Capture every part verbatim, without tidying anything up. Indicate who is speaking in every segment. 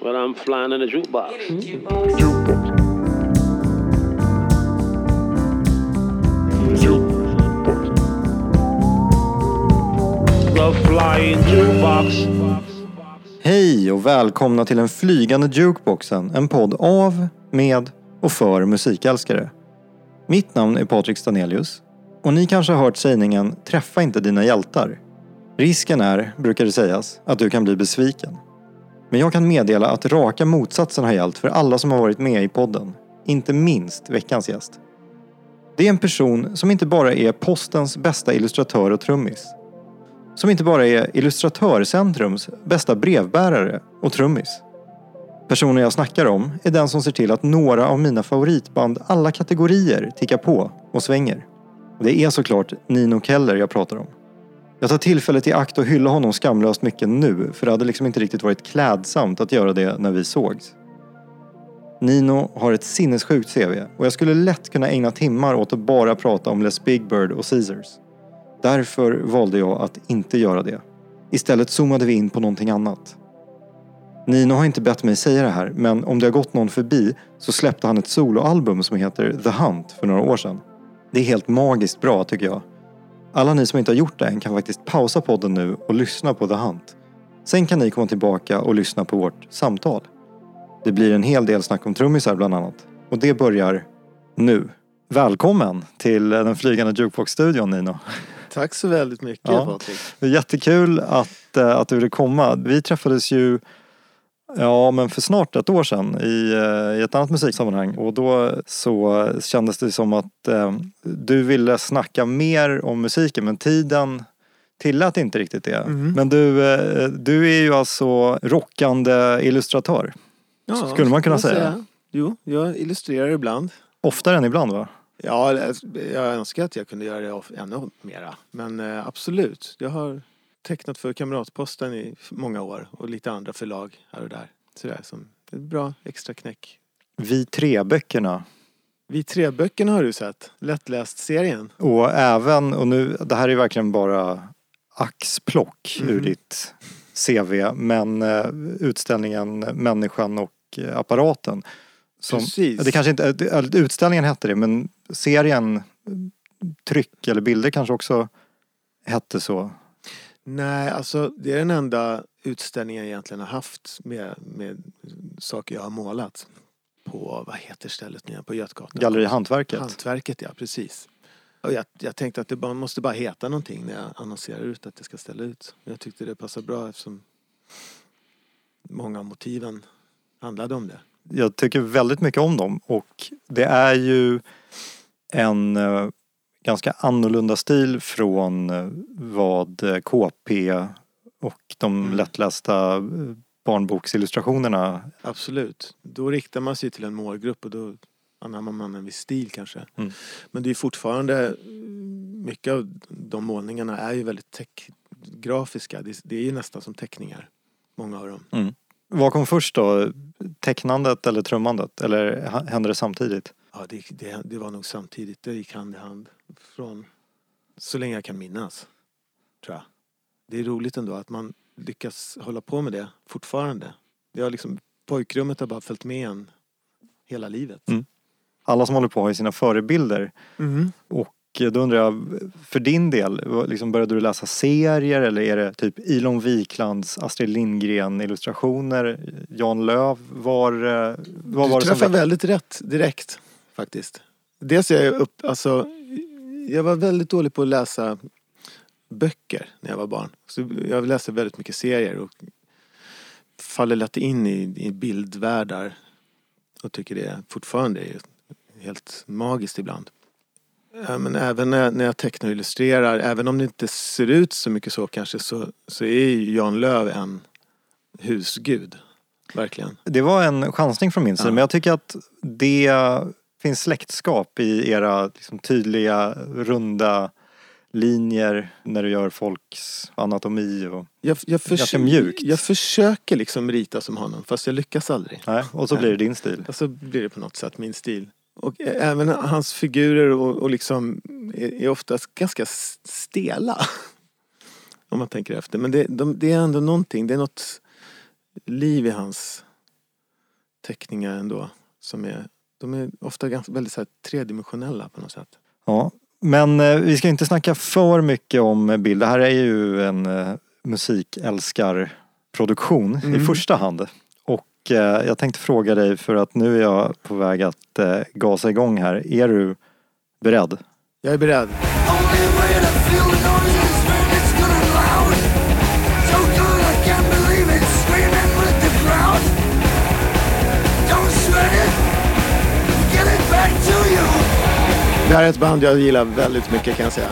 Speaker 1: But I'm flying in a jukebox.
Speaker 2: Jukebox.
Speaker 1: The flying jukebox.
Speaker 3: Hej och välkomna till den flygande jukeboxen, en podd av, med och för musikälskare. Mitt namn är Patrik Stanelius och ni kanske har hört sägningen träffa inte dina hjältar. Risken är, brukar det sägas, att du kan bli besviken. Men jag kan meddela att raka motsatsen har gällt för alla som har varit med i podden, inte minst veckans gäst. Det är en person som inte bara är postens bästa illustratör och trummis. Som inte bara är Illustratörcentrums bästa brevbärare och trummis. Personen jag snackar om är den som ser till att några av mina favoritband alla kategorier tickar på och svänger. Det är såklart Nino Keller jag pratar om. Jag tar tillfället i akt och hylla honom skamlöst mycket nu, för det hade liksom inte riktigt varit klädsamt att göra det när vi sågs. Nino har ett sinnessjukt C V och jag skulle lätt kunna ägna timmar åt att bara prata om Les Big Bird och Caesars. Därför valde jag att inte göra det. Istället zoomade vi in på någonting annat. Nino har inte bett mig säga det här, men om det har gått någon förbi så släppte han ett soloalbum som heter The Hunt för några år sedan. Det är helt magiskt bra tycker jag. Alla ni som inte har gjort det än kan faktiskt pausa podden nu och lyssna på The Hunt. Sen kan ni komma tillbaka och lyssna på vårt samtal. Det blir en hel del snack om trummisar bland annat. Och det börjar nu. Välkommen till den flygande Jukebox-studion, Nino.
Speaker 2: Tack så väldigt mycket, ja. Patrik.
Speaker 3: Det är jättekul att, att du ville komma. Vi träffades ju ja, men för snart ett år sedan i, i ett annat musiksammanhang. Och då så kändes det som att eh, du ville snacka mer om musiken, men tiden tillät inte riktigt det. Mm. Men du, eh, du är ju alltså rockande illustratör. Ja, skulle man kunna säga. säga.
Speaker 2: Jo, jag illustrerar ibland.
Speaker 3: Oftare än ibland, va?
Speaker 2: Ja, jag önskar att jag kunde göra det ännu mera. Men eh, absolut, jag har tecknat för Kamratposten i många år och lite andra förlag här och där. Så det är som ett bra extra knäck.
Speaker 3: Vi tre böckerna.
Speaker 2: Vi tre böckerna har du sett. Lättläst serien.
Speaker 3: Och även, och nu, det här är verkligen bara axplock mm. ur ditt C V. Men uh, utställningen Människan och uh, apparaten. Som,
Speaker 2: Precis.
Speaker 3: Det kanske inte, utställningen hette det, men serien, tryck eller bilder kanske också hette så.
Speaker 2: Nej, alltså det är den enda utställningen jag egentligen har haft med, med saker jag har målat på, vad heter stället nu, på Götgatan?
Speaker 3: Galleri Hantverket.
Speaker 2: Hantverket, ja, precis. Och jag, jag tänkte att det bara, måste bara heta någonting när jag annonserar ut att det ska ställa ut. Jag tyckte det passade bra eftersom många av motiven handlade om det.
Speaker 3: Jag tycker väldigt mycket om dem och det är ju en uh, ganska annorlunda stil från uh, vad K P och de mm. lättlästa uh, barnboksillustrationerna.
Speaker 2: Absolut. Då riktar man sig till en målgrupp och då anammar man en viss stil kanske. Mm. Men det är fortfarande, mycket av de målningarna är ju väldigt tech-grafiska. Det, det är ju nästan som teckningar, många av dem.
Speaker 3: Mm. Vad kom först då? Tecknandet eller trummandet? Eller hände det samtidigt?
Speaker 2: Ja, det, det, det var nog samtidigt. Det gick hand i hand. Från så länge jag kan minnas, tror jag. Det är roligt ändå att man lyckas hålla på med det fortfarande. Det har liksom, pojkrummet har bara följt med en hela livet. Mm.
Speaker 3: Alla som håller på har ju sina förebilder. Mm. Och då undrar jag, för din del, liksom började du läsa serier eller är det typ Ilon Wiklands, Astrid Lindgren illustrationer, Jan Löv, var, var var det
Speaker 2: som... Du träffar väldigt rätt direkt faktiskt. Dels är jag upp, alltså jag var väldigt dålig på att läsa böcker när jag var barn. Så jag läste väldigt mycket serier och faller lätt in i, i bildvärldar och tycker det fortfarande är helt magiskt ibland. Men även när jag, när jag tecknar och illustrerar, även om det inte ser ut så mycket så kanske, så, så är ju Jan Löv en husgud. Verkligen.
Speaker 3: Det var en chansning från min sida, ja. Men jag tycker att det finns släktskap i era liksom, tydliga, runda linjer när du gör folks anatomi och
Speaker 2: jag, jag
Speaker 3: ganska mjukt.
Speaker 2: Jag försöker liksom rita som honom, fast jag lyckas aldrig.
Speaker 3: Nej, och så blir det din stil.
Speaker 2: Och så blir det på något sätt min stil. Och även hans figurer och, och liksom är, är oftast ganska stela. Om man tänker efter. Men det, de, det är ändå någonting. Det är något liv i hans teckningar ändå. Som är, de är ofta ganska, väldigt så här, tredimensionella på något sätt.
Speaker 3: Ja, men eh, vi ska inte snacka för mycket om bild. Det här är ju en eh, musikälskarproduktion mm. i första hand. Och eh, jag tänkte fråga dig, för att nu är jag på väg att eh, gasa igång här. Är du beredd?
Speaker 2: Jag är beredd. Det här är ett band jag gillar väldigt mycket, kan jag säga.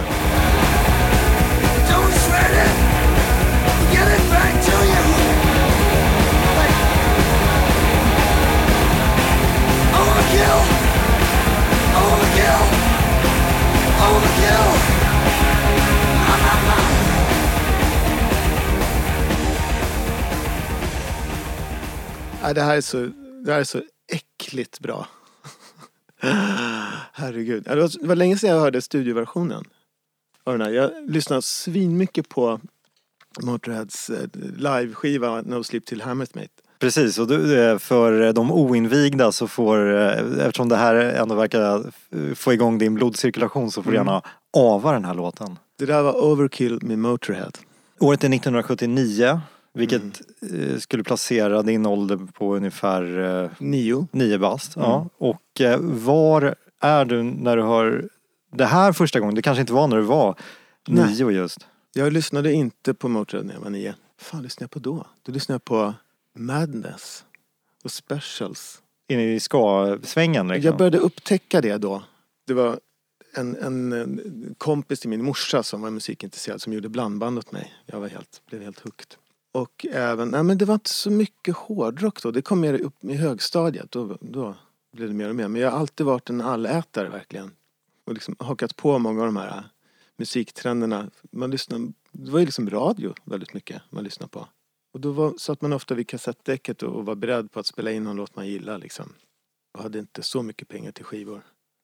Speaker 2: Ja, det här är så, det här är så äckligt bra. Herregud. Det var, det var länge sedan jag hörde studioversionen av den här. Jag lyssnade svinmycket på Motörheads live-skiva No Sleep Till Hammersmith.
Speaker 3: Precis, och du, för de oinvigda så får, eftersom det här ändå verkar få igång din blodcirkulation, så får du gärna ava den här låten.
Speaker 2: Det där var Overkill med Motörhead.
Speaker 3: Året är nittonhundrasjuttionio, vilket mm. skulle placera din ålder på ungefär
Speaker 2: nio.
Speaker 3: Nio bast. Mm. Ja. Och var är du när du hör det här första gången? Det kanske inte var när du var
Speaker 2: Nej.
Speaker 3: nio just.
Speaker 2: Jag lyssnade inte på Motörhead när jag var nio. Fan, lyssnade jag på då? Då lyssnade jag på Madness och Specials.
Speaker 3: Inne i ska-svängen liksom.
Speaker 2: Jag började upptäcka det då. Det var en, en, en kompis till min morsa som var musikintresserad som gjorde blandband åt mig. Jag var helt, blev helt hooked. Och även, nej men det var inte så mycket hårdrock då. Det kom mer upp i högstadiet. Då, då blev det mer och mer. Men jag har alltid varit en allätare verkligen. Och liksom hakat på många av de här musiktrenderna. Man lyssnade, det var ju liksom radio väldigt mycket man lyssnade på. Och då var, satt man ofta vid kassettdäcket och, och var beredd på att spela in någon låt man gillar liksom. Och hade inte så mycket pengar till skivor.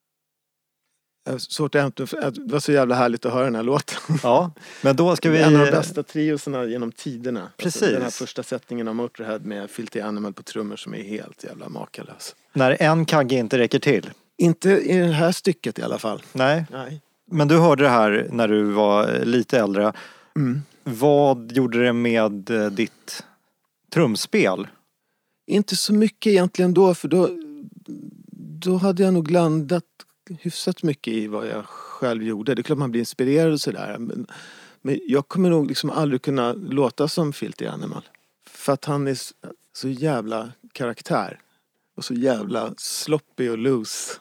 Speaker 2: Svårt att hämta, det var så jävla härligt att höra den här låten.
Speaker 3: Ja, men då ska vi...
Speaker 2: En av de bästa trioserna genom tiderna.
Speaker 3: Precis.
Speaker 2: Alltså den här första sättningen av Motörhead med Filthy Animal på trummor som är helt jävla makalös.
Speaker 3: När en kagge inte räcker till.
Speaker 2: Inte i det här stycket i alla fall.
Speaker 3: Nej.
Speaker 2: Nej.
Speaker 3: Men du hörde det här när du var lite äldre.
Speaker 2: Mm.
Speaker 3: Vad gjorde det med ditt trumspel?
Speaker 2: Inte så mycket egentligen då, för då, då hade jag nog landat hyfsat mycket i vad jag själv gjorde. Det är klart man blir inspirerad och sådär. Men, men jag kommer nog liksom aldrig kunna låta som Filthy Animal. För att han är så jävla karaktär. Och så jävla sloppy och loose.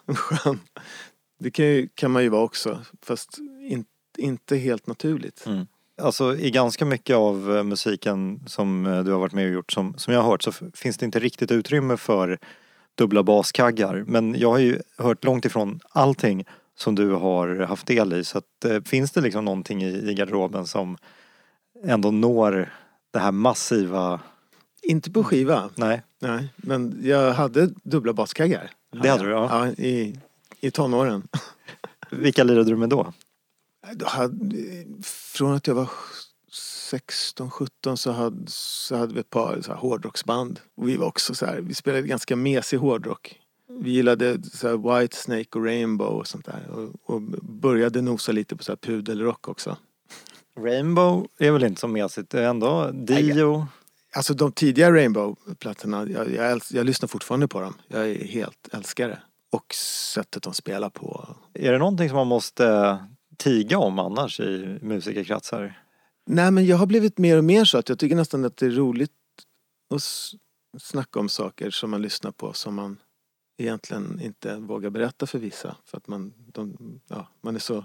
Speaker 2: Det kan, ju, kan man ju vara också. Fast in, inte helt naturligt.
Speaker 3: Mm. Alltså i ganska mycket av musiken som du har varit med och gjort, som, som jag har hört, så finns det inte riktigt utrymme för dubbla baskaggar. Men jag har ju hört långt ifrån allting som du har haft del i. Så att, eh, finns det liksom någonting i, i garderoben som ändå når det här massiva...
Speaker 2: Inte på skiva.
Speaker 3: Nej.
Speaker 2: Nej, men jag hade dubbla baskaggar.
Speaker 3: Det hade du, ja.
Speaker 2: Ja, i, i tonåren.
Speaker 3: Vilka lirade du med då?
Speaker 2: Då hade, från att jag var sexton sjutton så hade, så hade vi ett par så här hårdrocksband. Och vi var också så här, vi spelade ganska mesig hårdrock. Vi gillade så här White Snake och Rainbow och sånt där. Och, och började nosa lite på så här pudelrock också.
Speaker 3: Rainbow är väl inte så mesigt, det är ändå Dio.
Speaker 2: Alltså de tidiga Rainbow-plattorna, jag, jag, äls- jag lyssnar fortfarande på dem. Jag är helt älskare. Och sättet de spelar på.
Speaker 3: Är det någonting som man måste tiga om annars i musikerkretsar?
Speaker 2: Nej, men jag har blivit mer och mer så att jag tycker nästan att det är roligt att s- snacka om saker som man lyssnar på som man egentligen inte vågar berätta för vissa. För att man, de, ja, man är så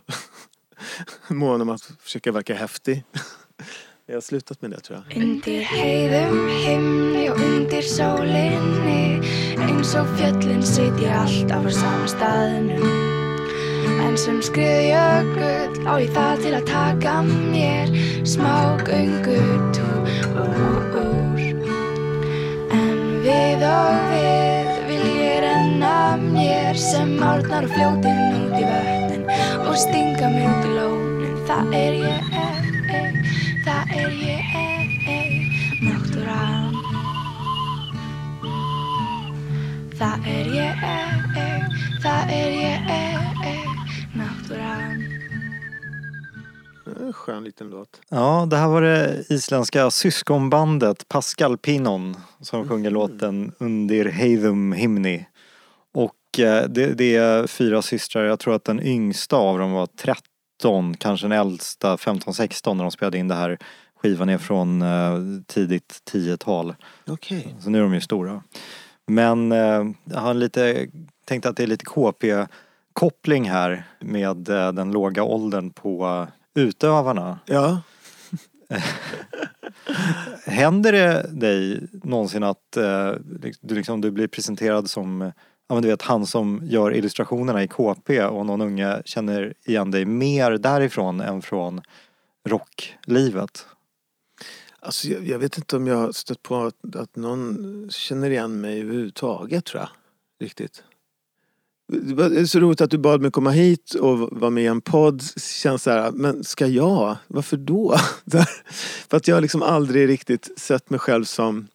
Speaker 2: mån om att försöka verka häftig. Jag har slutat med det, tror jag.
Speaker 4: Undir heiðum himni og undir sólinni eins og fjöllin sit ég alltaf á sama staðnum en sem skriðjökull á ég það til að taka mér smá göngutúr en við og við vil ég renna mér sem árnar og fljótin út í vötnin og stinga mér út í lónin. Það er ég Það er ég, náttúran. Það er ég, það er ég, náttúran.
Speaker 2: En skön liten låt.
Speaker 3: Ja, det här var det isländska syskonbandet Pascal Pinon som mm. sjunger låten Undir Heiðum Himni. Och eh, det, det är fyra systrar. Jag tror att den yngsta av dem var tretton, kanske den äldsta femton sexton när de spelade in det här. Skivan är från eh, tidigt tiotal.
Speaker 2: Okej. Okay.
Speaker 3: Så nu är de ju stora. Men eh, jag har lite tänkt att det är lite K P-koppling här med eh, den låga åldern på utövarna.
Speaker 2: Ja.
Speaker 3: Händer det dig någonsin att eh, du, liksom, du blir presenterad som, ja, men du vet, han som gör illustrationerna i K P och någon unge känner igen dig mer därifrån än från rocklivet?
Speaker 2: Alltså jag, jag vet inte om jag har stött på att, att någon känner igen mig överhuvudtaget, tror jag. Riktigt. Det är så roligt att du bad mig komma hit och vara med i en podd. Känns så här, men ska jag? Varför då? För att jag har liksom aldrig riktigt sett mig själv som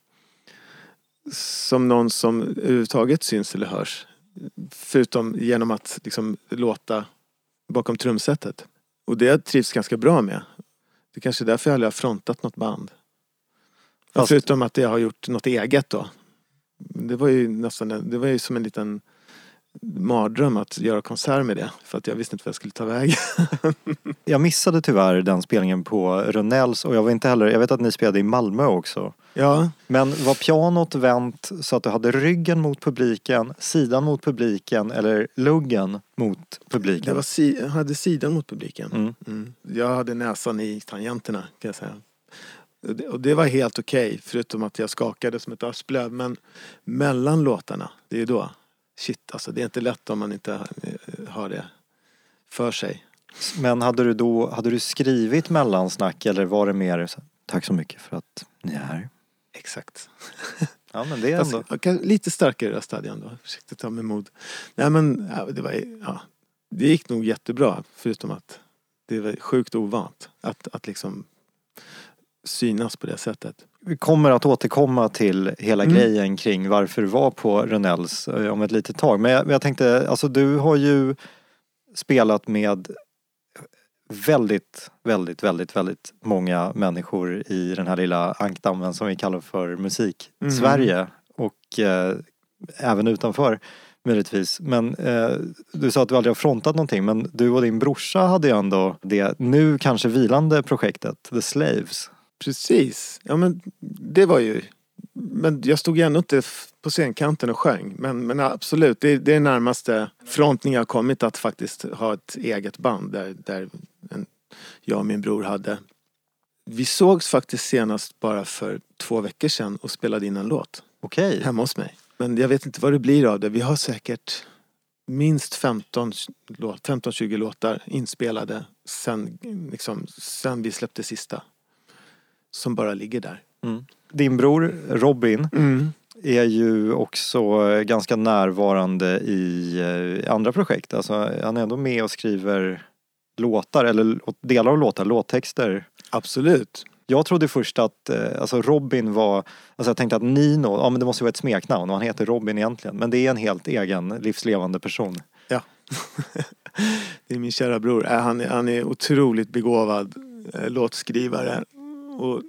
Speaker 2: som någon som överhuvudtaget syns eller hörs. Förutom genom att liksom låta bakom trumsetet. Och det trivs ganska bra med. Det är kanske är därför jag aldrig har frontat något band. Fast... Förutom att jag har gjort något eget då. Det var ju nästan en, det var ju som en liten mardröm att göra konsert med det. För att jag visste inte vad jag skulle ta vägen.
Speaker 3: Jag missade tyvärr den spelningen på Rönnells. Och jag var inte heller, jag vet att ni spelade i Malmö också.
Speaker 2: Ja.
Speaker 3: Men var pianot vänt så att du hade ryggen mot publiken, sidan mot publiken eller luggen mot publiken?
Speaker 2: Det var si- jag hade sidan mot publiken.
Speaker 3: Mm.
Speaker 2: Mm. Jag hade näsan i tangenterna, kan jag säga. Och det, och det var helt okej, okay, förutom att jag skakade som ett asplöv. Men mellan låtarna, det är då, shit alltså, det är inte lätt om man inte har det för sig. Men hade du då, hade du skrivit mellansnack eller var det mer så, tack så mycket för att ni är här? Exakt. Ja, men det är ändå... Fast, lite starkare röst hade jag ändå. Försökte ta mig mod. Nej, men ja, det var, ja, det gick nog jättebra. Förutom att det var sjukt ovant att, att liksom synas på det sättet. Vi kommer att återkomma till hela mm. grejen kring varför du var på Rönnells om ett litet tag. Men jag, jag tänkte, alltså du har ju spelat med väldigt, väldigt, väldigt, väldigt många människor i den här lilla ankdammen som vi kallar för musik mm. Sverige och eh, även utanför möjligtvis. Men eh, du sa att du aldrig har frontat någonting, men du och din brorsa hade ju ändå det nu kanske vilande projektet The Slaves. Precis. Ja, men det var ju, men jag stod ju ändå inte på scenkanten och sjöng. Men, men absolut, det, det är närmaste frontning jag har kommit att faktiskt ha ett eget band där, där en, jag och min bror hade. Vi sågs faktiskt senast bara för två veckor sedan och spelade in en låt. Okej. Hemma hos mig. Men jag vet inte vad det blir av det. Vi har säkert minst femton tjugo låtar inspelade sen, liksom, sen vi släppte sista. Som bara ligger där. Mm. Din bror Robin mm. är ju också ganska närvarande i andra projekt. Alltså, han är ändå med och skriver låtar eller delar av låtar, låttexter. Absolut. Jag trodde först att alltså Robin var, alltså jag tänkte att Nino, ja men det måste vara ett smeknamn och han heter Robin egentligen. Men det är en helt egen livslevande person. Ja. Det är min kära bror. Han är, han är otroligt begåvad låtskrivare. Och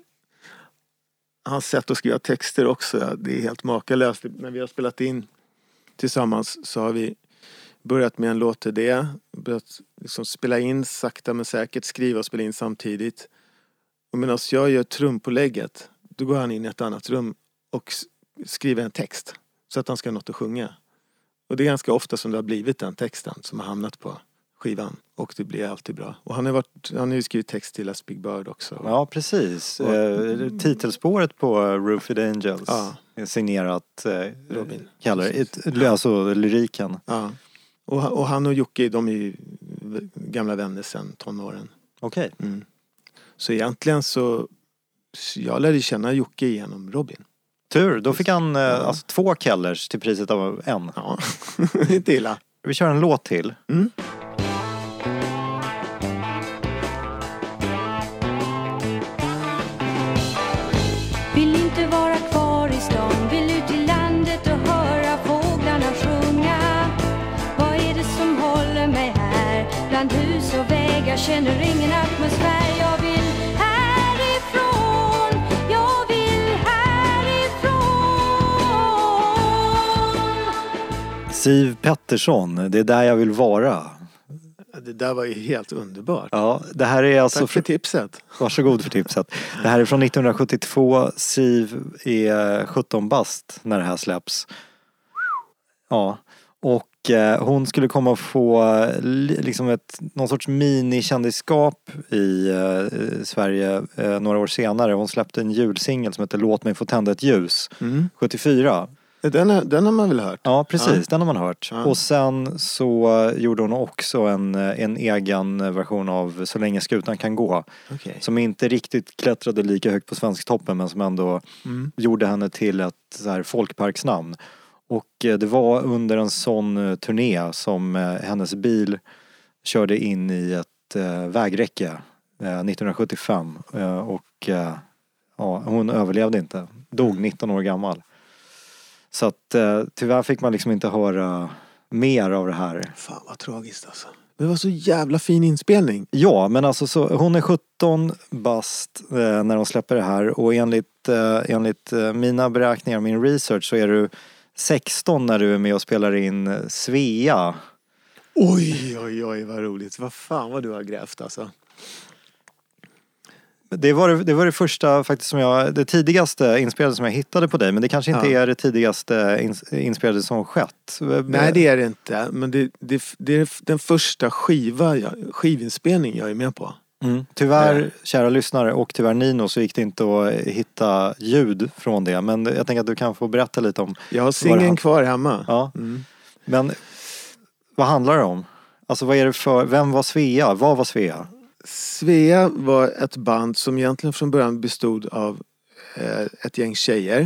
Speaker 2: hans sätt att skriva texter också, det är helt makalöst. När vi har spelat in tillsammans så har vi börjat med en låtidé, börjat liksom spela in sakta men säkert, skriva och spela in samtidigt. Och medan jag gör trumpålägget, då går han in i ett annat rum och skriver en text så att han ska ha något att sjunga. Och det är ganska ofta som det har blivit den texten som har hamnat på skivan. Och det blir alltid bra. Och han har, varit, han har ju skrivit text till As Big Bird också. Ja, precis. Och, eh, titelspåret på Roofed Angels ja. Är signerat eh, Robin. Kallar det, alltså lyriken. Ja. Och, och han och Jocke, de är ju gamla vänner sedan tonåren. Okej. Okay. Mm. Så egentligen så, jag lärde känna Jocke genom Robin. Tur, då fick han ja. alltså, två Kellers till priset av en. Ja, inte illa. Vi kör en låt till. Mm.
Speaker 5: Vill inte vara kvar i stan, vill ut i landet och höra fåglar känner ingen atmosfär. Jag vill härifrån, jag vill härifrån.
Speaker 3: Siw Pettersson, det är där jag vill vara.
Speaker 2: Det där var ju helt underbart.
Speaker 3: Ja, det här är alltså...
Speaker 2: Tack för tipset.
Speaker 3: Varsågod för tipset. Det här är från nittonhundrasjuttiotvå. Siw är sjutton bast när det här släpps. Ja, och eh, hon skulle komma och få li, liksom ett, någon sorts minikändisskap i eh, Sverige eh, några år senare. Hon släppte en julsingel som heter Låt mig få tända ett ljus.
Speaker 2: Mm.
Speaker 3: sjuttiofyra.
Speaker 2: Den, är, den har man väl hört?
Speaker 3: Ja, precis.
Speaker 2: Ja.
Speaker 3: Den har man hört.
Speaker 2: Ja.
Speaker 3: Och sen så gjorde hon också en, en egen version av Så länge skutan kan gå.
Speaker 2: Okay.
Speaker 3: Som inte riktigt klättrade lika högt på Svensktoppen, men som ändå
Speaker 2: Mm.
Speaker 3: gjorde henne till ett så här folkparksnamn. Och det var under en sån turné som hennes bil körde in i ett äh, vägräcke äh, nittonhundrasjuttiofem. Äh, och äh, ja, hon överlevde inte. Dog nitton år gammal. Så att äh, tyvärr fick man liksom inte höra mer av det här.
Speaker 2: Fan vad tragiskt alltså. Det var så jävla fin inspelning.
Speaker 3: Ja, men alltså så, hon är sjutton bast äh, när hon släpper det här. Och enligt, äh, enligt äh, mina beräkningar, min research, så är du sexton när du är med och spelar in Svea.
Speaker 2: Oj, oj, oj, vad roligt. Vad fan vad du har grävt alltså.
Speaker 3: Det var det, det var det första faktiskt som jag, det tidigaste inspelade som jag hittade på dig. Men det kanske inte ja. är det tidigaste ins, inspelade som skett.
Speaker 2: Nej, det är det inte. Men det, det, det är den första skiva, skivinspelning jag är med på.
Speaker 3: Mm. Tyvärr, ja. kära lyssnare, och tyvärr Nino, så gick det inte att hitta ljud från det. Men jag tänker att du kan få berätta lite om...
Speaker 2: Jag har singeln kvar hemma.
Speaker 3: Ja.
Speaker 2: Mm.
Speaker 3: Men vad handlar det om? Alltså vad är det för... Vem var Svea? Vad var Svea?
Speaker 2: Svea var ett band som egentligen från början bestod av eh, ett gäng tjejer.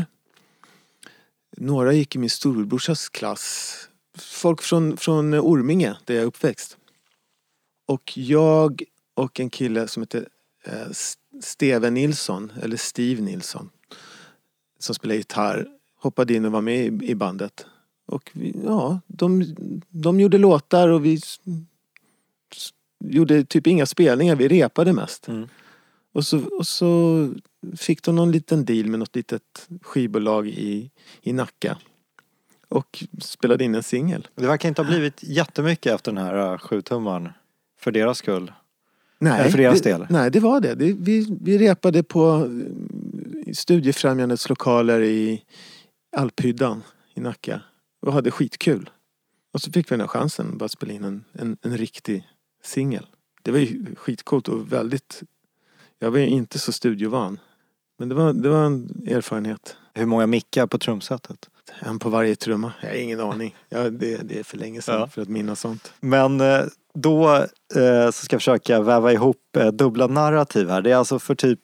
Speaker 2: Några gick i min storebrorsas klass. Folk från, från Orminge, där jag är uppväxt. Och jag... Och en kille som heter eh, Steven Nilsson, eller Steve Nilsson, som spelar gitarr, hoppade in och var med i, i bandet. Och vi, ja, de, de gjorde låtar och vi s, s, gjorde typ inga spelningar, vi repade mest.
Speaker 3: Mm.
Speaker 2: Och, så, och så fick de någon liten deal med något litet skivbolag i, i Nacka. Och spelade in en singel.
Speaker 3: Det verkar inte ha blivit jättemycket efter den här uh, sjutummaren för deras skull.
Speaker 2: Nej,
Speaker 3: för deras
Speaker 2: det,
Speaker 3: del.
Speaker 2: nej, det var det. det vi, vi repade på Studiefrämjandets lokaler i Alphyddan i Nacka. Och hade skitkul. Och så fick vi den här chansen att bara spela in en, en, en riktig singel. Det var ju skitcoolt och väldigt... Jag var ju inte så studiovan. Men det var, det var en erfarenhet.
Speaker 3: Hur många mickar på trumsetet?
Speaker 2: En på varje trumma. Jag har ingen aning. Ja, det, det är för länge sedan
Speaker 3: ja.
Speaker 2: för att minnas sånt.
Speaker 3: Men... Då eh, så ska jag försöka väva ihop eh, dubbla narrativ här. Det är alltså för typ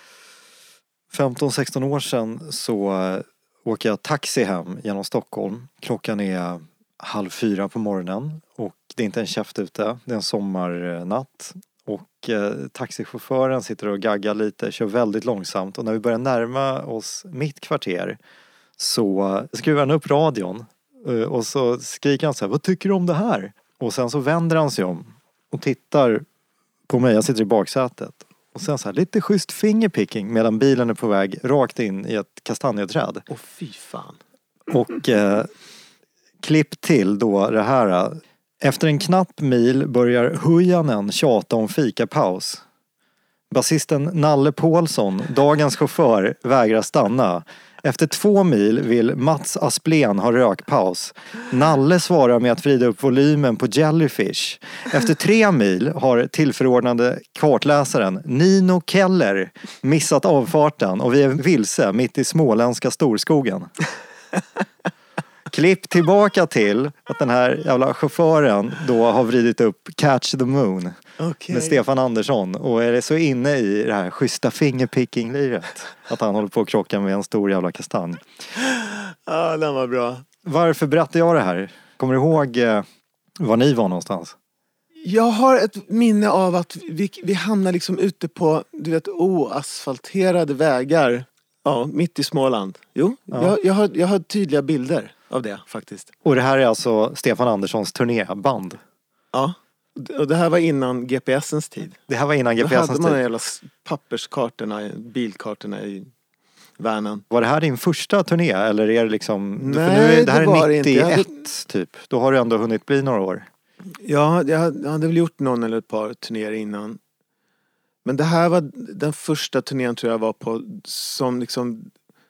Speaker 3: femton sexton år sedan så eh, åker jag taxi hem genom Stockholm. Klockan är halv fyra på morgonen och det är inte en käft ute. Det är en sommarnatt. Och eh, taxichauffören sitter och gaggar lite, kör väldigt långsamt. Och när vi börjar närma oss mitt kvarter så skruvar han upp radion. Eh, och så skriker han så här, vad tycker du om det här? Och sen så vänder han sig om och tittar på mig. Jag sitter i baksätet. Och sen så här, lite schysst fingerpicking medan bilen är på väg rakt in i ett kastanjeträd.
Speaker 2: Åh fy fan.
Speaker 3: Och eh, klipp till då det här. Efter en knapp mil börjar Hujanen tjata om fikapaus. Basisten Nalle Paulsson, dagens chaufför, vägrar stanna. Efter två mil vill Mats Asplén ha rökpaus. Nalle svarar med att vrida upp volymen på Jellyfish. Efter tre mil har tillförordnade kartläsaren Nino Keller missat avfarten och vi är vilse mitt i småländska storskogen. Klipp tillbaka till att den här jävla chauffören då har vridit upp Catch the Moon
Speaker 2: okay.
Speaker 3: med Stefan Andersson och är så inne i det här schyssta fingerpicking-livet att han håller på att krocka med en stor jävla kastanj.
Speaker 2: Ja, den var bra.
Speaker 3: Varför berättar jag det här? Kommer du ihåg eh, var ni var någonstans?
Speaker 2: Jag har ett minne av att vi, vi hamnar liksom ute på, du vet, oasfalterade vägar. Ja, mitt i Småland. Jo,
Speaker 3: ja.
Speaker 2: jag, jag, har, jag har tydliga bilder av det faktiskt.
Speaker 3: Och det här är alltså Stefan Anderssons turnéband.
Speaker 2: Ja. Och det här var innan G P S:ens tid.
Speaker 3: Det här var innan
Speaker 2: Då
Speaker 3: G P S:ens
Speaker 2: hade man
Speaker 3: tid.
Speaker 2: de jävla papperskartorna, bilkartorna i vanen.
Speaker 3: Var det här din första turné eller är det liksom...
Speaker 2: Nej,
Speaker 3: för nu är, det här
Speaker 2: det var
Speaker 3: är
Speaker 2: det inte. Jag
Speaker 3: nittioett
Speaker 2: hade-
Speaker 3: typ. Då har du ändå hunnit bli några år.
Speaker 2: Ja, jag hade, jag hade väl gjort någon eller ett par turnéer innan. Men det här var den första turnén tror jag var på som liksom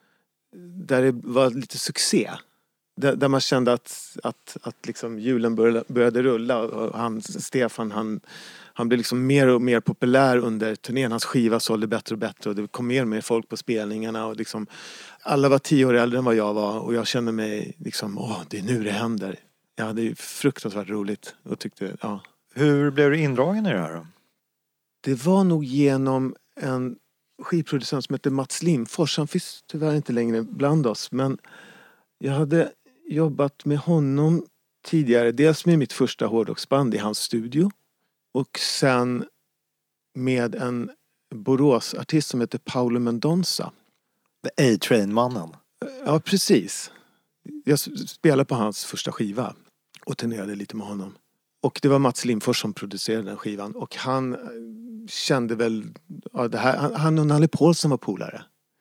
Speaker 2: där det var lite succé. Där, där man kände att, att, att liksom hjulen började, började rulla och han, Stefan han, han blev liksom mer och mer populär under turnén. Hans skiva sålde bättre och bättre och det kom mer och mer folk på spelningarna och liksom alla var tio år äldre än vad jag var och jag kände mig liksom, åh, det är nu det händer. Ja, det är fruktansvärt roligt och tyckte, ja.
Speaker 3: Hur blev du indragen i det här då?
Speaker 2: Det var nog genom en skivproducent som heter Mats Lindfors. Han finns tyvärr inte längre bland oss. Men jag hade jobbat med honom tidigare. Dels med mitt första hårdrocksband i hans studio. Och sen med en Boråsartist som heter Paolo Mendonça.
Speaker 3: The A-Train-mannen.
Speaker 2: Ja, precis. Jag spelade på hans första skiva. Och turnerade lite med honom. Och det var Mats Lindfors som producerade den skivan. Och han kände väl... Ja, det här, han, han och Nalle Paulsson var polare.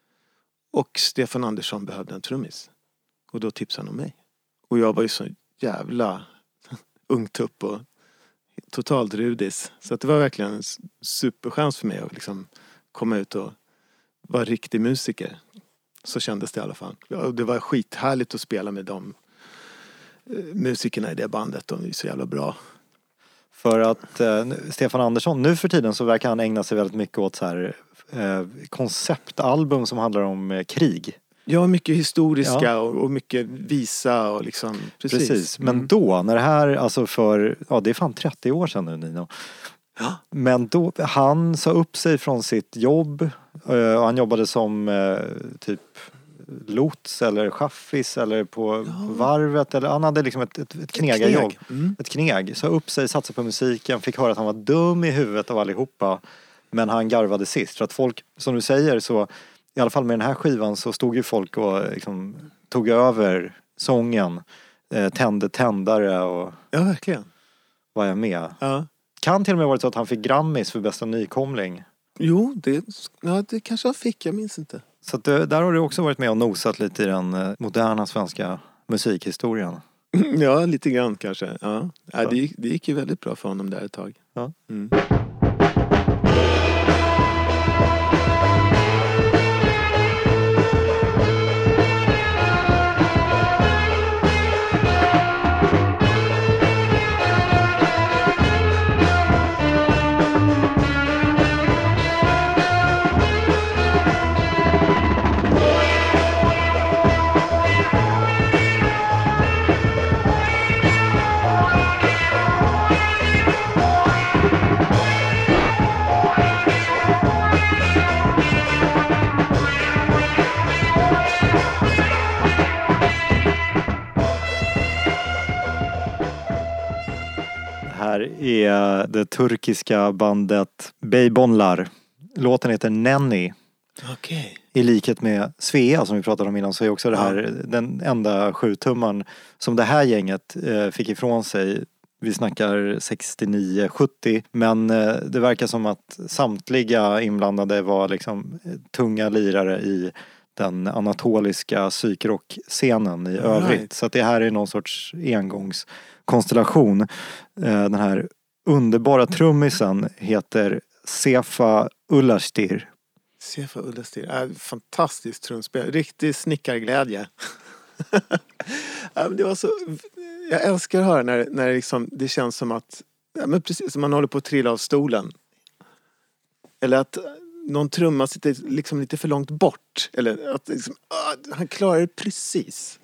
Speaker 2: Och Stefan Andersson behövde en trummis. Och då tipsade han om mig. Och jag var ju så jävla ung tupp och totalt rudis. Så att det var verkligen en superchans för mig att liksom komma ut och vara riktig musiker. Så kändes det i alla fall. Och det var skithärligt att spela med dem. Musikerna i det bandet, de är så jävla bra.
Speaker 3: För att eh, Stefan Andersson, nu för tiden så verkar han ägna sig väldigt mycket åt så här eh, konceptalbum som handlar om eh, krig.
Speaker 2: Ja, mycket historiska
Speaker 3: Ja.
Speaker 2: och, och mycket visa och liksom, precis.
Speaker 3: Precis, men
Speaker 2: Mm.
Speaker 3: då, när det här, alltså för, ja det är fan trettio år sedan nu Nino.
Speaker 2: Ja.
Speaker 3: Men då, han sa upp sig från sitt jobb eh, och han jobbade som eh, typ lots eller chaffis eller på,
Speaker 2: Ja.
Speaker 3: på varvet eller han hade liksom ett, ett, ett knegarjobb.
Speaker 2: Kneg. Mm.
Speaker 3: Ett kneg. Sa upp sig, satsade på musiken, fick höra att han var dum i huvudet av allihopa. Men han garvade sist. För att folk, som du säger så, i alla fall med den här skivan så stod ju folk och liksom tog över sången. Eh, tände tändare och
Speaker 2: Ja, verkligen.
Speaker 3: var jag med.
Speaker 2: Ja.
Speaker 3: Kan till och med varit så att han fick Grammis för bästa nykomling.
Speaker 2: Jo, det, ja, det kanske han fick, jag minns inte.
Speaker 3: Så att det, där har du också varit med och nosat lite i den eh, moderna svenska musikhistorien.
Speaker 2: Ja, lite grann kanske. Ja. Ja, det, gick, det gick ju väldigt bra för honom där ett tag.
Speaker 3: Ja.
Speaker 2: Mm.
Speaker 3: Här är det turkiska bandet Beybonlar. Låten heter Nenni.
Speaker 2: Okej.
Speaker 3: I likhet med Svea som vi pratade om innan så är också det här den enda sjutummaren som det här gänget eh, fick ifrån sig. Vi snackar sextionio sjuttio men eh, det verkar som att samtliga inblandade var liksom eh, tunga lirare i den anatoliska psykrock-scenen i
Speaker 2: All
Speaker 3: övrigt.
Speaker 2: right.
Speaker 3: Så att det här är någon sorts engångskonstellation. Eh, den här underbara trummisen heter Sefa Ulastir.
Speaker 2: Sefa Ullestir. Äh, fantastiskt trumspel. Riktig snickarglädje. Ja, men det var så... Jag älskar att höra när, när det, liksom, det känns som att... Ja, men precis som man håller på att trilla av stolen. Eller att någon trumma sitter liksom lite för långt bort. Eller att liksom, ah, han klarar det precis.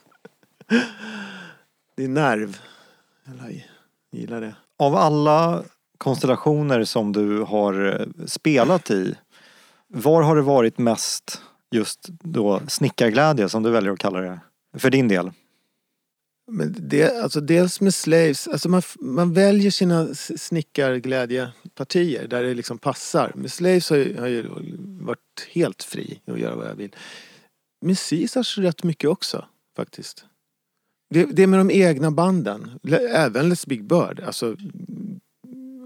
Speaker 2: Det är nerv. Jag gillar det.
Speaker 3: Av alla konstellationer som du har spelat i, var har det varit mest just då snickarglädje som du väljer att kalla det för din del?
Speaker 2: Men det, alltså dels med Slaves, alltså man, man väljer sina snickarglädjepartier där det liksom passar. Med Slaves har jag, har jag varit helt fri att göra vad jag vill. Med Caesars rätt mycket också, faktiskt. Det, det är med de egna banden, även Let's Big Bird, alltså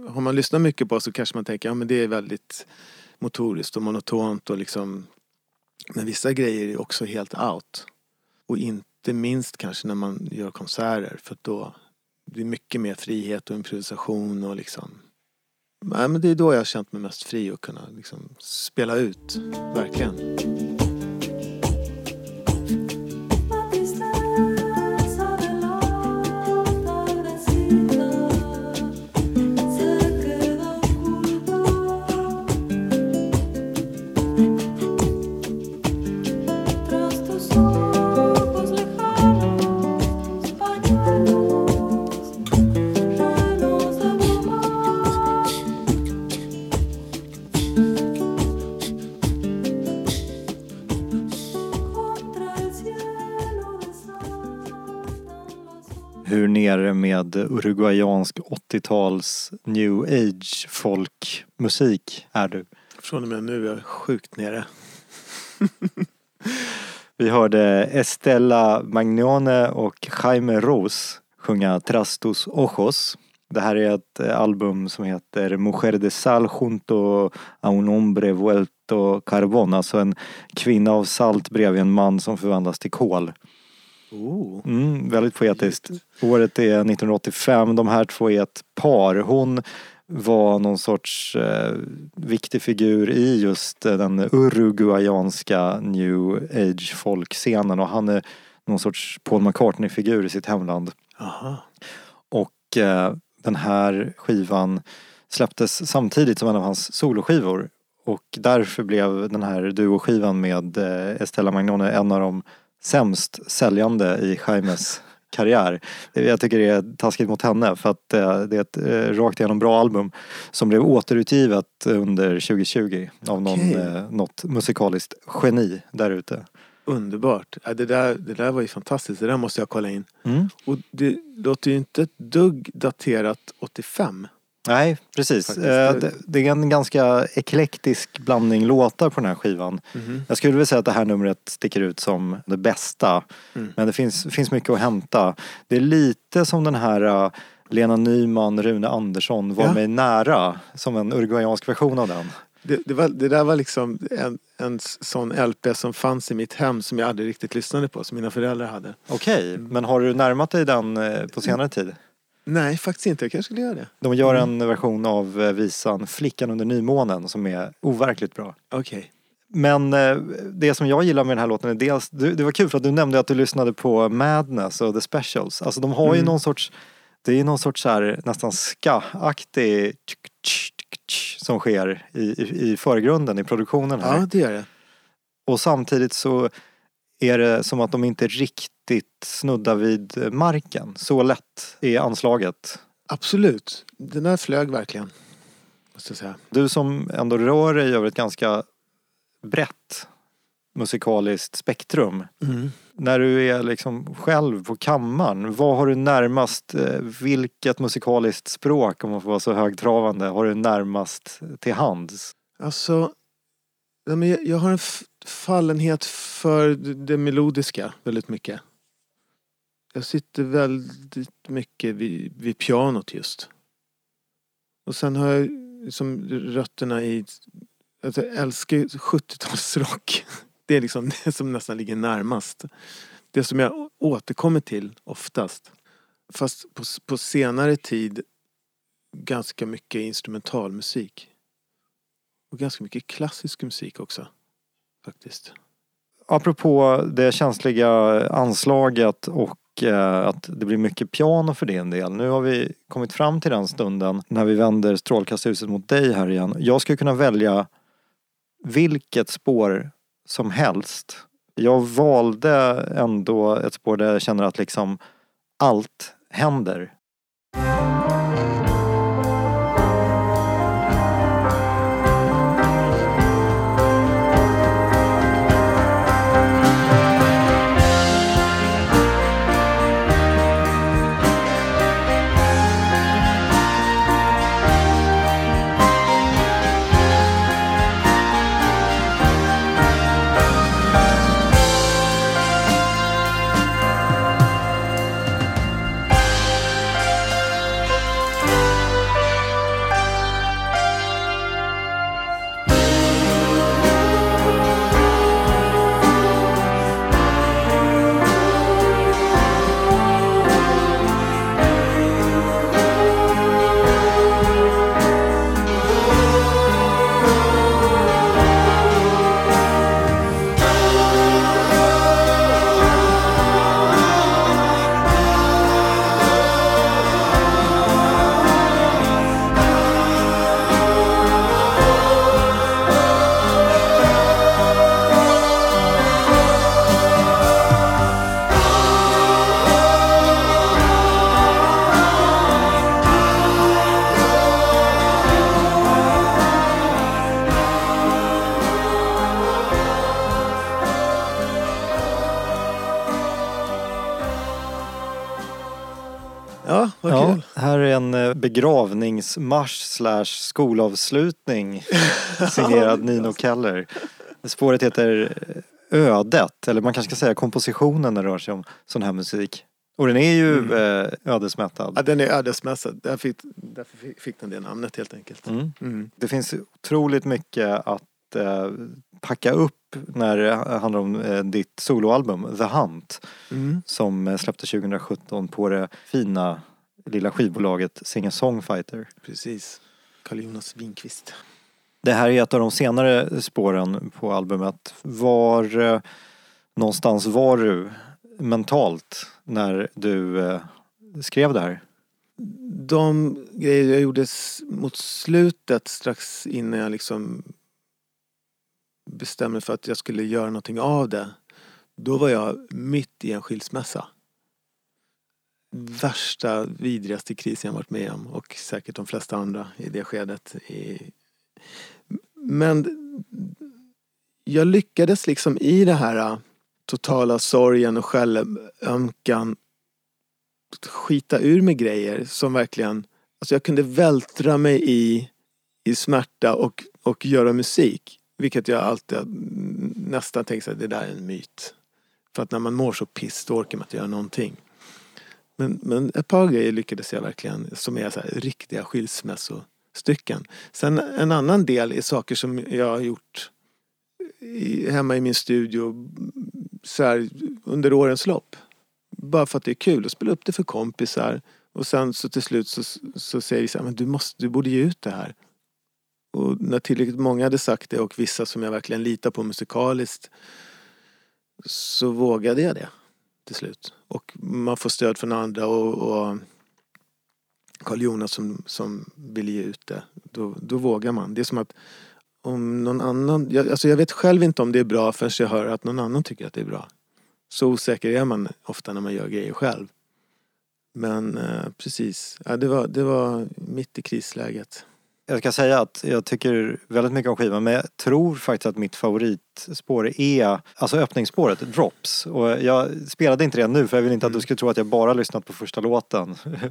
Speaker 2: har man lyssnat mycket på så kanske man tänker, ja men det är väldigt motoriskt och monotont och liksom, men vissa grejer är också helt out. Och inte minst kanske när man gör konserter, för då det är mycket mer frihet och improvisation och liksom, nej men det är då jag har känt mig mest fri att kunna liksom spela ut, verkligen.
Speaker 3: Hur nere med uruguayansk åttio-tals new age folkmusik är du?
Speaker 2: Från och med nu är jag sjukt nere.
Speaker 3: Vi hörde Estela Magnone och Jaime Ros sjunga Trastos Ojos. Det här är ett album som heter Mujer de Sal junto a un hombre vuelto carbón. Alltså en kvinna av salt bredvid en man som förvandlas till kol.
Speaker 2: Oh.
Speaker 3: Mm, väldigt poetiskt. Året är nittonhundraåttiofem. De här två är ett par. Hon var någon sorts eh, viktig figur i just eh, den uruguayanska new age folkscenen. Och han är någon sorts Paul McCartney-figur i sitt hemland.
Speaker 2: Aha.
Speaker 3: Och eh, den här skivan släpptes samtidigt som en av hans soloskivor. Och därför blev den här duoskivan med eh, Estela Magnone en av de sämst säljande i Jaimes karriär. Jag tycker det är taskigt mot henne för att det är ett rakt igenom bra album som blev återutgivet under tjugo tjugo av någon,
Speaker 2: Okay.
Speaker 3: något musikaliskt geni där ute.
Speaker 2: Underbart. Ja, det, där, det där var ju fantastiskt. Det där måste jag kolla in.
Speaker 3: Mm.
Speaker 2: Och det låter ju inte ett dugg daterat åttiofem.
Speaker 3: Nej, precis.
Speaker 2: Faktiskt.
Speaker 3: Det, det är en ganska eklektisk blandning låtar på den här skivan.
Speaker 2: Mm-hmm.
Speaker 3: Jag skulle vilja säga att det här numret sticker ut som det bästa.
Speaker 2: Mm.
Speaker 3: Men det finns, finns mycket att hämta. Det är lite som den här uh, Lena Nyman, Rune Andersson var
Speaker 2: Ja.
Speaker 3: mig nära. Som en uruguayansk version av den.
Speaker 2: Det, det, var, det där var liksom en, en sån L P som fanns i mitt hem som jag aldrig riktigt lyssnade på, som mina föräldrar hade.
Speaker 3: Okej, okay, men har du närmat dig den uh, på senare tid?
Speaker 2: Nej, faktiskt inte. Jag kanske skulle göra det.
Speaker 3: De gör
Speaker 2: Mm.
Speaker 3: en version av uh, visan Flickan under nymånen som är overkligt bra.
Speaker 2: Okej. Okay.
Speaker 3: Men eh, det som jag gillar med den här låten är dels, du, det var kul för att du nämnde att du lyssnade på Madness och The Specials. Alltså de har ju
Speaker 2: Mm.
Speaker 3: någon sorts, det är ju någon sorts så här, nästan ska-aktig som sker i, i, i förgrunden i produktionen här.
Speaker 2: Ja, det gör det.
Speaker 3: Och samtidigt så är det som att de inte riktigt snuddar vid marken. Så lätt är anslaget.
Speaker 2: Absolut. Den där flög verkligen, måste jag säga.
Speaker 3: Du som ändå rör dig över ett ganska brett musikaliskt spektrum.
Speaker 2: Mm.
Speaker 3: När du är liksom själv på kammaren, vad har du närmast, vilket musikaliskt språk, om man får vara så högtravande, har du närmast till hands?
Speaker 2: Alltså, jag har en fallenhet för det melodiska väldigt mycket. Jag sitter väldigt mycket vid, vid pianot just. Och sen har jag liksom rötterna i, alltså jag älskar sjuttiotalsrock. Det är liksom det som nästan ligger närmast. Det som jag återkommer till oftast. Fast på, på senare tid ganska mycket instrumentalmusik. Och ganska mycket klassisk musik också. Faktiskt.
Speaker 3: Apropå det känsliga anslaget och eh, att det blir mycket piano för din del. Nu har vi kommit fram till den stunden när vi vänder strålkastljuset mot dig här igen. Jag skulle kunna välja vilket spår som helst. Jag valde ändå ett spår där jag känner att liksom allt händer.
Speaker 2: Ja, vad
Speaker 3: Ja,
Speaker 2: kul.
Speaker 3: här är en eh, begravningsmarsch slash skolavslutning signerad Nino Keller. Spåret heter Ödet, eller man kanske ska säga kompositionen när det rör sig om sån här musik. Och den är ju
Speaker 2: Mm.
Speaker 3: eh, ödesmättad.
Speaker 2: Ja, den är ödesmässad. Därför fick, därför fick- fick den det namnet helt enkelt.
Speaker 3: Mm.
Speaker 2: Mm.
Speaker 3: Det finns otroligt mycket att eh, packa upp när det handlar om eh, ditt soloalbum The Hunt
Speaker 2: Mm.
Speaker 3: som eh, släpptes tjugohundrasjutton på det fina lilla skivbolaget Singer-Songfighter.
Speaker 2: Precis. Carl-Jonas Winqvist.
Speaker 3: Det här är ett av de senare spåren på albumet. Var eh, någonstans var du mentalt när du eh, skrev det här?
Speaker 2: De grejer jag gjorde s- mot slutet, strax innan jag liksom bestämde för att jag skulle göra någonting av det. Då var jag mitt i en skilsmässa. Värsta, vidrigaste krisen jag varit med om. Och säkert de flesta andra i det skedet. I... Men jag lyckades liksom i det här totala sorgen och självömkan skita ur med grejer som verkligen, alltså jag kunde vältra mig i i smärta och, och göra musik, vilket jag alltid nästan tänkte att det där är en myt, för att när man mår så piss då orkar man inte göra någonting. Men, men ett par grejer lyckades jag verkligen, som är så här riktiga skilsmässostycken. Sen en annan del är saker som jag har gjort i, hemma i min studio så här, under årens lopp. Bara för att det är kul att spela upp det för kompisar. Och sen så till slut så, så säger vi så här, men du, måste, du borde ge ut det här. Och när tillräckligt många hade sagt det och vissa som jag verkligen litar på musikaliskt, så vågade jag det till slut. Och man får stöd från andra och, och Carl-Jonas som, som vill ge ut det. Då, då vågar man. Det är som att om någon annan, jag, alltså jag vet själv inte om det är bra förrän jag hör att någon annan tycker att det är bra. Så osäker är man ofta när man gör grejer själv. Men eh, precis, ja, det, var, det var mitt i krisläget.
Speaker 3: Jag ska säga att jag tycker väldigt mycket om skivan, men jag tror faktiskt att mitt favoritspår är alltså öppningsspåret, Drops. Och jag spelade inte det nu för jag vill inte att du skulle tro att jag bara lyssnat på första låten.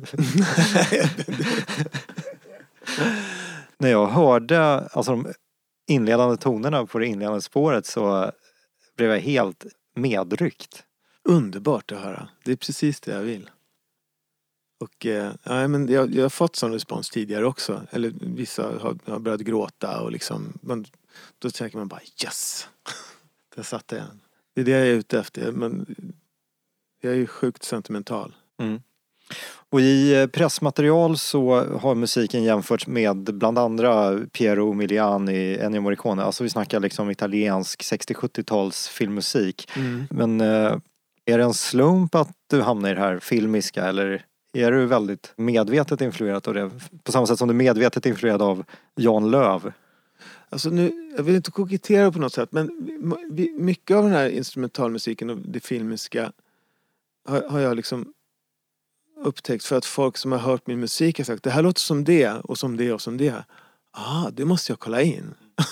Speaker 3: När jag hörde alltså de inledande tonerna på det inledande spåret så blev jag helt medryckt.
Speaker 2: Underbart att höra. Det är precis det jag vill. Och eh, ja, men jag, jag har fått sån respons tidigare också. Eller vissa har, har börjat gråta och liksom, man, då tänker man bara yes! Där satt jag igen. Det är det jag är ute efter. Men jag är ju sjukt sentimental.
Speaker 3: Mm. Och i pressmaterial så har musiken jämförts med bland andra Piero Umiliani, Ennio Morricone. Alltså vi snackar liksom italiensk sextio-sjuttio-tals filmmusik.
Speaker 2: Mm.
Speaker 3: Men eh, är det en slump att du hamnar i det här filmiska eller är du väldigt medvetet influerad av det? På samma sätt som du är medvetet influerad av Jan Löv.
Speaker 2: Alltså nu, jag vill inte kokettera på något sätt, men vi, mycket av den här instrumentalmusiken och det filmiska har, har jag liksom upptäckt för att folk som har hört min musik har sagt det här låter som det och som det och som det. Ah, det måste jag kolla in.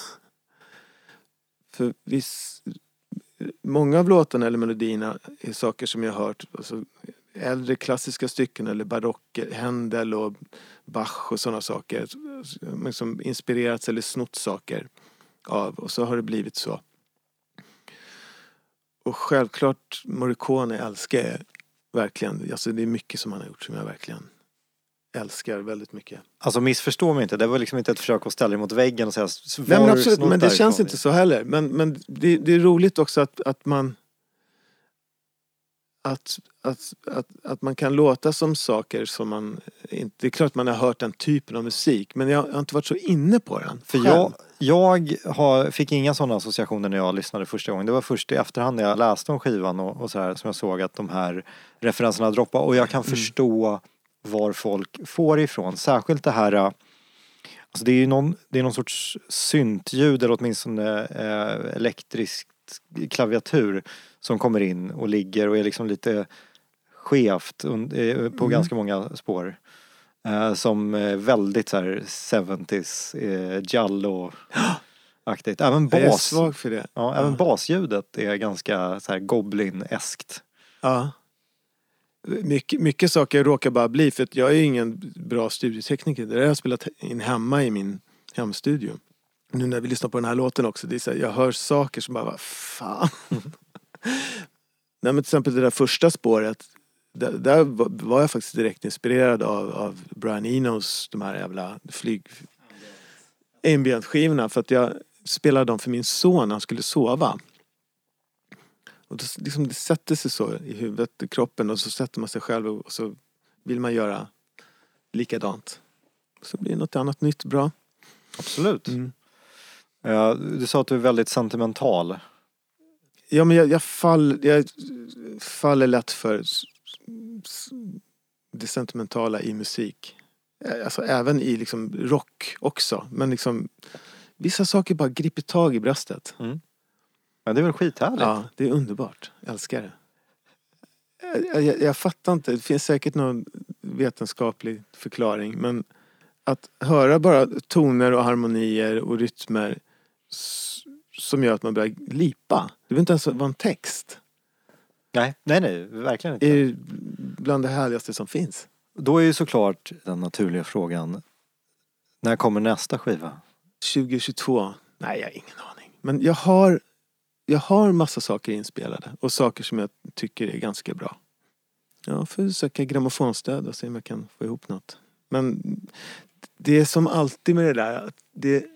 Speaker 2: För viss, många av låtarna eller melodierna är saker som jag har hört, alltså äldre klassiska stycken eller barocker, Händel och Bach och sådana saker som inspirerats eller snott saker av, och så har det blivit så. Och självklart Morricone älskar jag verkligen. Alltså det är mycket som han har gjort som jag verkligen älskar väldigt mycket.
Speaker 3: Alltså missförstå mig inte, det var liksom inte ett försök att ställa dig mot väggen och säga
Speaker 2: Nej, men absolut, men det känns inte så heller. Men, men det, det är roligt också att, att man att, att, att, att man kan låta som saker som man inte, det är klart man har hört den typen av musik, men jag har inte varit så inne på den.
Speaker 3: För jag, jag har, fick inga sådana associationer när jag lyssnade första gången. Det var först i efterhand när jag läste om skivan och, och så här som jag såg att de här referenserna droppade. Och jag kan mm. förstå var folk får ifrån. Särskilt det här, alltså det är ju någon, det är någon sorts syntljud eller åtminstone eh, elektriskt klaviatur som kommer in och ligger och är liksom lite skevt på mm. ganska många spår. Uh, som uh, väldigt så här seventies uh, giallo-aktigt. Även bas.
Speaker 2: Jag är svag för det.
Speaker 3: Ja,
Speaker 2: ja.
Speaker 3: Även basljudet är ganska så här goblin-eskt.
Speaker 2: Ja. Mycket, mycket saker råkar bara bli, för att jag är ingen bra studietekniker. Det har jag spelat in hemma i min hemstudio. Nu när vi lyssnar på den här låten också, det är så här, jag hör saker som bara, vad fan. Nej, men till exempel det där första spåret, där, där var jag faktiskt direkt inspirerad av, av Brian Enos, de här jävla flyg ambient-skivorna, för att jag spelade dem för min son när han skulle sova. Och då, liksom, det sätter sig så i huvudet, i kroppen, och så sätter man sig själv och så vill man göra likadant. Så blir det något annat nytt bra.
Speaker 3: Absolut.
Speaker 2: Mm.
Speaker 3: Ja, du sa att du är väldigt sentimental.
Speaker 2: Ja, men jag, jag, fall, jag faller lätt för det sentimentala i musik. Alltså även i liksom rock också. Men liksom vissa saker bara griper tag i bröstet.
Speaker 3: Mm. Ja, det är väl skithärligt.
Speaker 2: Ja, det är underbart. Jag älskar det. Jag, jag, jag fattar inte. Det finns säkert någon vetenskaplig förklaring. Men att höra bara toner och harmonier och rytmer som gör att man börjar lipa. Det vill inte ens vara en text.
Speaker 3: Nej, nej, nej, verkligen inte.
Speaker 2: Det är bland det härligaste som finns.
Speaker 3: Då är ju såklart den naturliga frågan, när kommer nästa skiva?
Speaker 2: tjugo tjugotvå? Nej, jag har ingen aning. Men jag har, jag har massa saker inspelade. Och saker som jag tycker är ganska bra. Jag får söka grammofonstöd och se om jag kan få ihop något. Men det är som alltid med det där. Att det,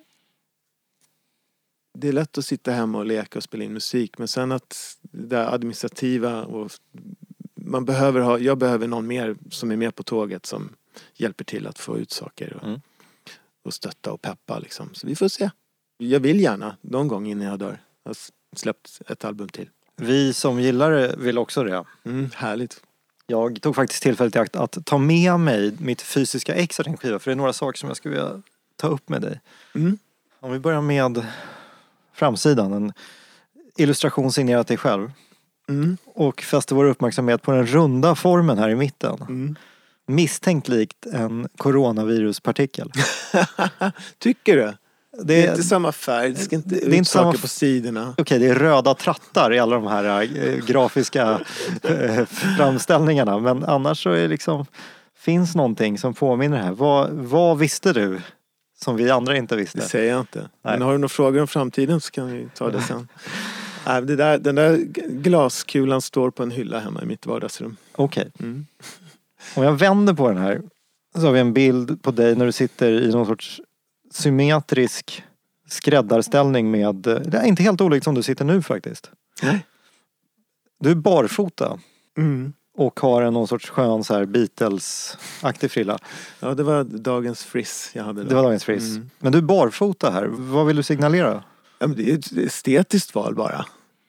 Speaker 2: det är lätt att sitta hemma och leka och spela in musik. Men sen att det där administrativa och man behöver ha, jag behöver någon mer som är med på tåget som hjälper till att få ut saker och,
Speaker 3: mm.
Speaker 2: och stötta och peppa liksom. Så vi får se. Jag vill gärna någon gång innan jag dör ha släppt ett album till.
Speaker 3: Vi som gillar det vill också det.
Speaker 2: Mm, härligt.
Speaker 3: Jag tog faktiskt tillfället i akt att ta med mig mitt fysiska ex av din skiva, för det är några saker som jag skulle vilja ta upp med dig.
Speaker 2: Mm.
Speaker 3: Om vi börjar med framsidan, en illustration signerat dig själv.
Speaker 2: Mm.
Speaker 3: Och fäster vår uppmärksamhet på den runda formen här i mitten.
Speaker 2: Mm.
Speaker 3: Misstänkt likt en coronaviruspartikel.
Speaker 2: Tycker du?
Speaker 3: Det
Speaker 2: Det är
Speaker 3: är,
Speaker 2: inte samma färg, det ska inte
Speaker 3: det är
Speaker 2: ut
Speaker 3: inte
Speaker 2: saker
Speaker 3: samma
Speaker 2: på sidorna.
Speaker 3: okej, det är röda trattar i alla de här äh, grafiska äh, framställningarna. Men annars så är det liksom, finns någonting som påminner här. Vad, vad visste du som vi andra inte visste?
Speaker 2: Det säger jag inte.
Speaker 3: Nej.
Speaker 2: Men har du några frågor om framtiden så kan vi ta det sen. Nej, det där, den där glaskulan står på en hylla hemma i mitt vardagsrum.
Speaker 3: Okej.
Speaker 2: Mm.
Speaker 3: Om jag vänder på den här så har vi en bild på dig när du sitter i någon sorts symmetrisk skräddarställning med, det är inte helt olikt som du sitter nu faktiskt.
Speaker 2: Nej.
Speaker 3: Du är barfota
Speaker 2: Mm.
Speaker 3: och har en någon sorts skön så här Beatles-aktig frilla.
Speaker 2: Ja, det var dagens friss jag hade då.
Speaker 3: Det var dagens friss.
Speaker 2: Mm.
Speaker 3: Men du är barfota här. Vad vill du signalera?
Speaker 2: Ja, men det är ett estetiskt val bara.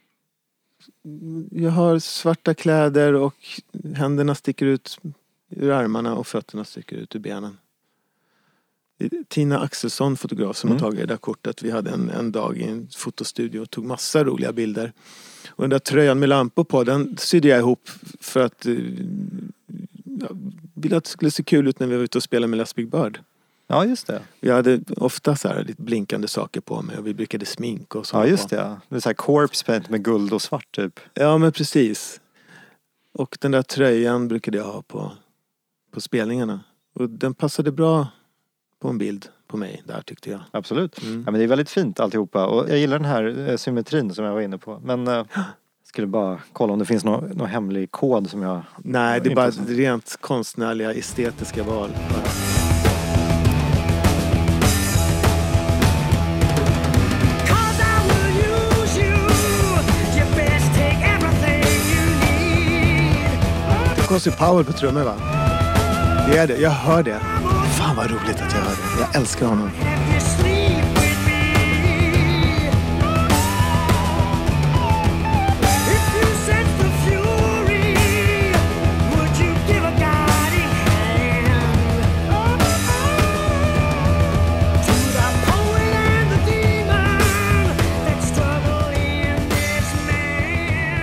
Speaker 2: Jag har svarta kläder och händerna sticker ut ur armarna och fötterna sticker ut ur benen. Tina Axelsson, fotograf, som
Speaker 3: Mm.
Speaker 2: har tagit det där kortet. Vi hade en, en dag i en fotostudio och tog massa roliga bilder. Och den där tröjan med lampor på, den sydde jag ihop för att eh, jag ville att det skulle se kul ut när vi var ute och spelade med Les Big Bird.
Speaker 3: Ja, just det.
Speaker 2: Jag hade ofta så här lite blinkande saker på mig och vi brukade smink och så.
Speaker 3: Ja, just
Speaker 2: på.
Speaker 3: det. Det är så här corpse paint med guld och svart typ.
Speaker 2: Ja, men precis. Och den där tröjan brukade jag ha på, på spelningarna. Och den passade bra på en bild på mig där, tyckte jag.
Speaker 3: Absolut.
Speaker 2: Mm.
Speaker 3: Ja, men det är väldigt fint alltihopa. Och jag gillar den här eh, symmetrin som jag var inne på. Men eh, skulle bara kolla om det finns någon, någon hemlig kod som jag...
Speaker 2: Nej, det är bara
Speaker 3: Intressant.
Speaker 2: rent konstnärliga, estetiska val. Det är konstig power på trummor, va? Det är det, jag hör det. Fan vad roligt att jag hör det. Jag älskar honom.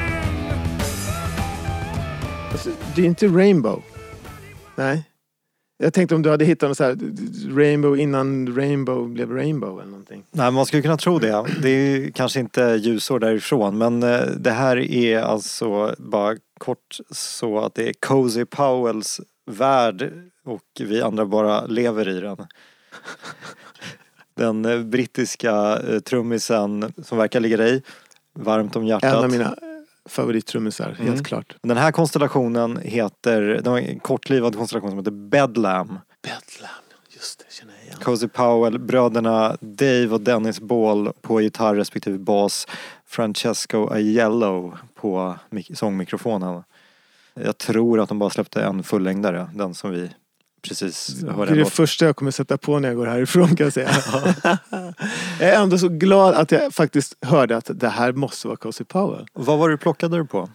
Speaker 2: Alltså, det är inte Rainbow. Nej. Jag tänkte om du hade hittat något så här Rainbow innan Rainbow blev Rainbow eller någonting.
Speaker 3: Nej, man skulle kunna tro det. Det är ju kanske inte ljusår därifrån, men det här är alltså bara kort så att det är Cozy Powells värld och vi andra bara lever i den. Den brittiska trummisen som verkar ligga dig varmt om hjärtat.
Speaker 2: En av mina favorittrummisar, helt
Speaker 3: Mm.
Speaker 2: klart.
Speaker 3: Den här konstellationen heter, det var en kortlivad konstellation som heter Bedlam.
Speaker 2: Bedlam, just det, känner jag igen.
Speaker 3: Cozy Powell, bröderna Dave och Dennis Ball på gitarr respektive bas, Francesco Aiello på mik- sångmikrofonen. Jag tror att de bara släppte en fullängdare, den som vi precis
Speaker 2: Det
Speaker 3: hörde.
Speaker 2: är det första jag kommer sätta på när jag går härifrån, kan jag säga. Jag är ändå så glad att jag faktiskt hörde att det här måste vara Cozy Powell.
Speaker 3: Vad var du plockade du på?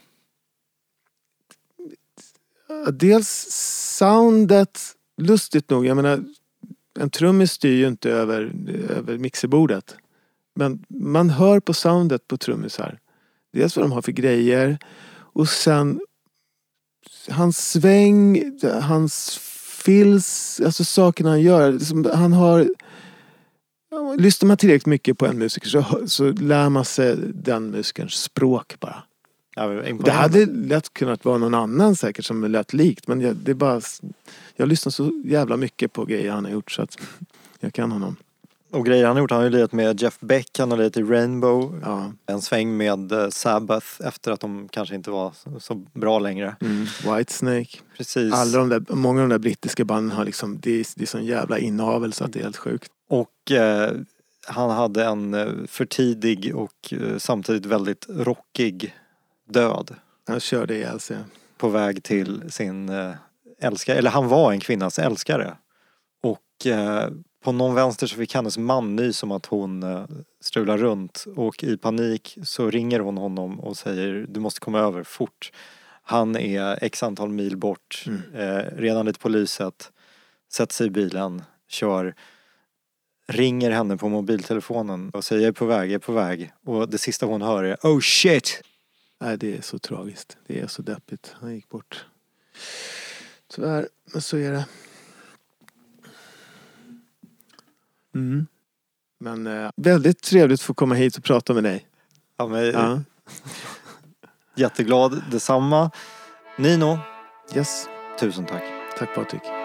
Speaker 2: Dels soundet, lustigt nog, jag menar, en trummis styr ju inte över, över mixerbordet. Men man hör på soundet på trummisar. Dels vad de har för grejer och sen hans sväng, hans fills, alltså sakerna han gör. Han har, lyssnar man tillräckligt mycket på en musiker så, så lär man sig den musikerns språk bara.
Speaker 3: Ja,
Speaker 2: Det hade lätt kunnat vara någon annan säkert som lät likt, men jag, det är bara, jag lyssnar så jävla mycket på grejer han har gjort så att jag kan honom.
Speaker 3: Och grejer han har gjort, han har ju lirat med Jeff Beck, han har lirat i Rainbow,
Speaker 2: Ja.
Speaker 3: en sväng med uh, Sabbath efter att de kanske inte var så, så bra längre.
Speaker 2: Mm. Whitesnake.
Speaker 3: Precis.
Speaker 2: Alla de där, många av de där brittiska banden har liksom, det är, det är sån jävla inavel så att det är helt sjukt.
Speaker 3: Och eh, han hade en eh, för tidig och eh, samtidigt väldigt rockig död
Speaker 2: Han körde ihjäl sig.
Speaker 3: på väg till sin eh, älskare, eller han var en kvinnas älskare. Och eh, på någon vänster så fick hennes man nys om att hon eh, strular runt och i panik så ringer hon honom och säger du måste komma över fort. Han är x antal mil bort,
Speaker 2: Mm.
Speaker 3: eh, redan lite på lyset, sätter sig i bilen, kör, ringer henne på mobiltelefonen och säger jag är på väg, jag är på väg. Och det sista hon hör är oh shit!
Speaker 2: Nej, det är så tragiskt. Det är så deppigt. Han gick bort. Tyvärr, men så är det. Mm. Men eh, väldigt trevligt att få komma hit och prata med dig.
Speaker 3: Ja, men,
Speaker 2: Ja.
Speaker 3: jätteglad, detsamma. Nino,
Speaker 2: Yes.
Speaker 3: tusen tack.
Speaker 2: Tack Patrik.